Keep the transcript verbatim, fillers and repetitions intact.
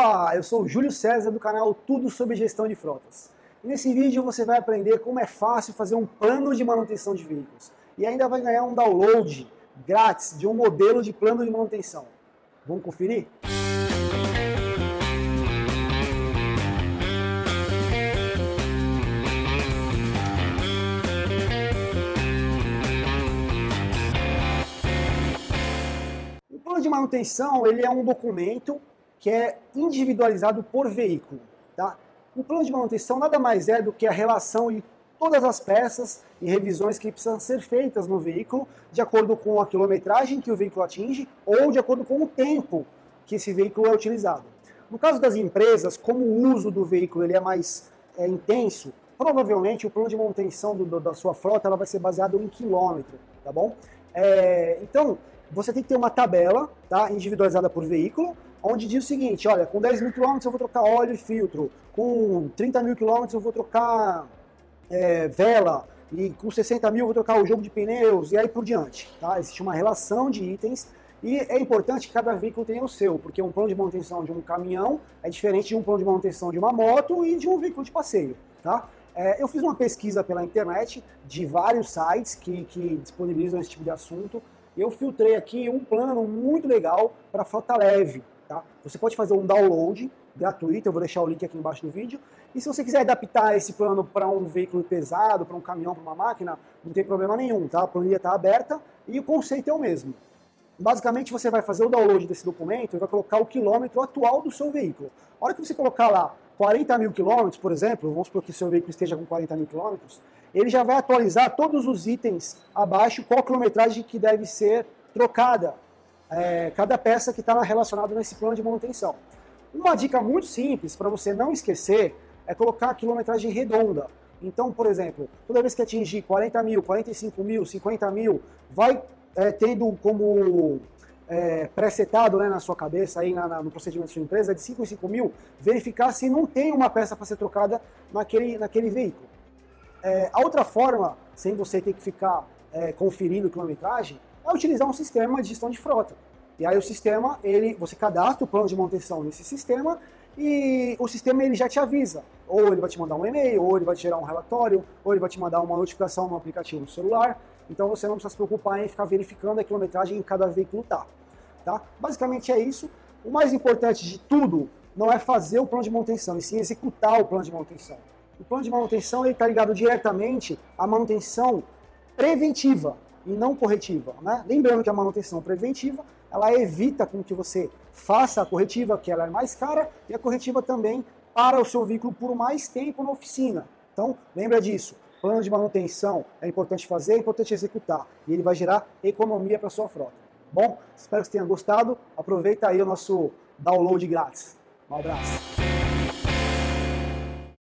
Opa, eu sou o Júlio César do canal Tudo sobre Gestão de Frotas. E nesse vídeo você vai aprender como é fácil fazer um plano de manutenção de veículos. E ainda vai ganhar um download grátis de um modelo de plano de manutenção. Vamos conferir? O plano de manutenção ele é um documento que é individualizado por veículo. Tá? O plano de manutenção nada mais é do que a relação de todas as peças e revisões que precisam ser feitas no veículo de acordo com a quilometragem que o veículo atinge ou de acordo com o tempo que esse veículo é utilizado. No caso das empresas, como o uso do veículo ele é mais é, intenso, provavelmente o plano de manutenção do, do, da sua frota ela vai ser baseado em quilômetro, tá bom? É, então, você tem que ter uma tabela, tá, individualizada por veículo, onde diz o seguinte, olha, com dez mil quilômetros eu vou trocar óleo e filtro, com trinta mil quilômetros eu vou trocar é, vela, e com sessenta mil eu vou trocar o jogo de pneus, e aí por diante. Tá? Existe uma relação de itens, e é importante que cada veículo tenha o seu, porque um plano de manutenção de um caminhão é diferente de um plano de manutenção de uma moto e de um veículo de passeio. Tá? É, eu fiz uma pesquisa pela internet de vários sites que, que disponibilizam esse tipo de assunto, e eu filtrei aqui um plano muito legal para frota leve. Tá? Você pode fazer um download gratuito, eu vou deixar o link aqui embaixo do vídeo. E se você quiser adaptar esse plano para um veículo pesado, para um caminhão, para uma máquina, não tem problema nenhum, tá? A planilha está aberta e o conceito é o mesmo. Basicamente você vai fazer o download desse documento e vai colocar o quilômetro atual do seu veículo. A hora que você colocar lá quarenta mil quilômetros, por exemplo, vamos supor que seu veículo esteja com quarenta mil quilômetros, ele já vai atualizar todos os itens abaixo, qual a quilometragem que deve ser trocada. É, cada peça que está relacionada nesse plano de manutenção. Uma dica muito simples para você não esquecer é colocar a quilometragem redonda. Então, por exemplo, toda vez que atingir quarenta mil, quarenta e cinco mil, cinquenta mil, vai é, tendo como é, pré-setado, né, na sua cabeça, aí na, na, no procedimento da sua empresa, de cinco em cinco mil, verificar se não tem uma peça para ser trocada naquele, naquele veículo. É, a outra forma, sem você ter que ficar é, conferindo quilometragem, é utilizar um sistema de gestão de frota. E aí o sistema, ele, você cadastra o plano de manutenção nesse sistema e o sistema ele já te avisa. Ou ele vai te mandar um e-mail, ou ele vai te gerar um relatório, ou ele vai te mandar uma notificação no aplicativo do celular. Então você não precisa se preocupar em ficar verificando a quilometragem em cada veículo tá. Tá? Basicamente é isso. O mais importante de tudo não é fazer o plano de manutenção, e sim executar o plano de manutenção. O plano de manutenção está ligado diretamente à manutenção preventiva e não corretiva, né? Lembrando que a manutenção preventiva, ela evita com que você faça a corretiva, que ela é mais cara, e a corretiva também para o seu veículo por mais tempo na oficina. Então, lembra disso. Plano de manutenção é importante fazer, é importante executar, e ele vai gerar economia para a sua frota. Bom, espero que você tenha gostado. Aproveita aí o nosso download grátis. Um abraço.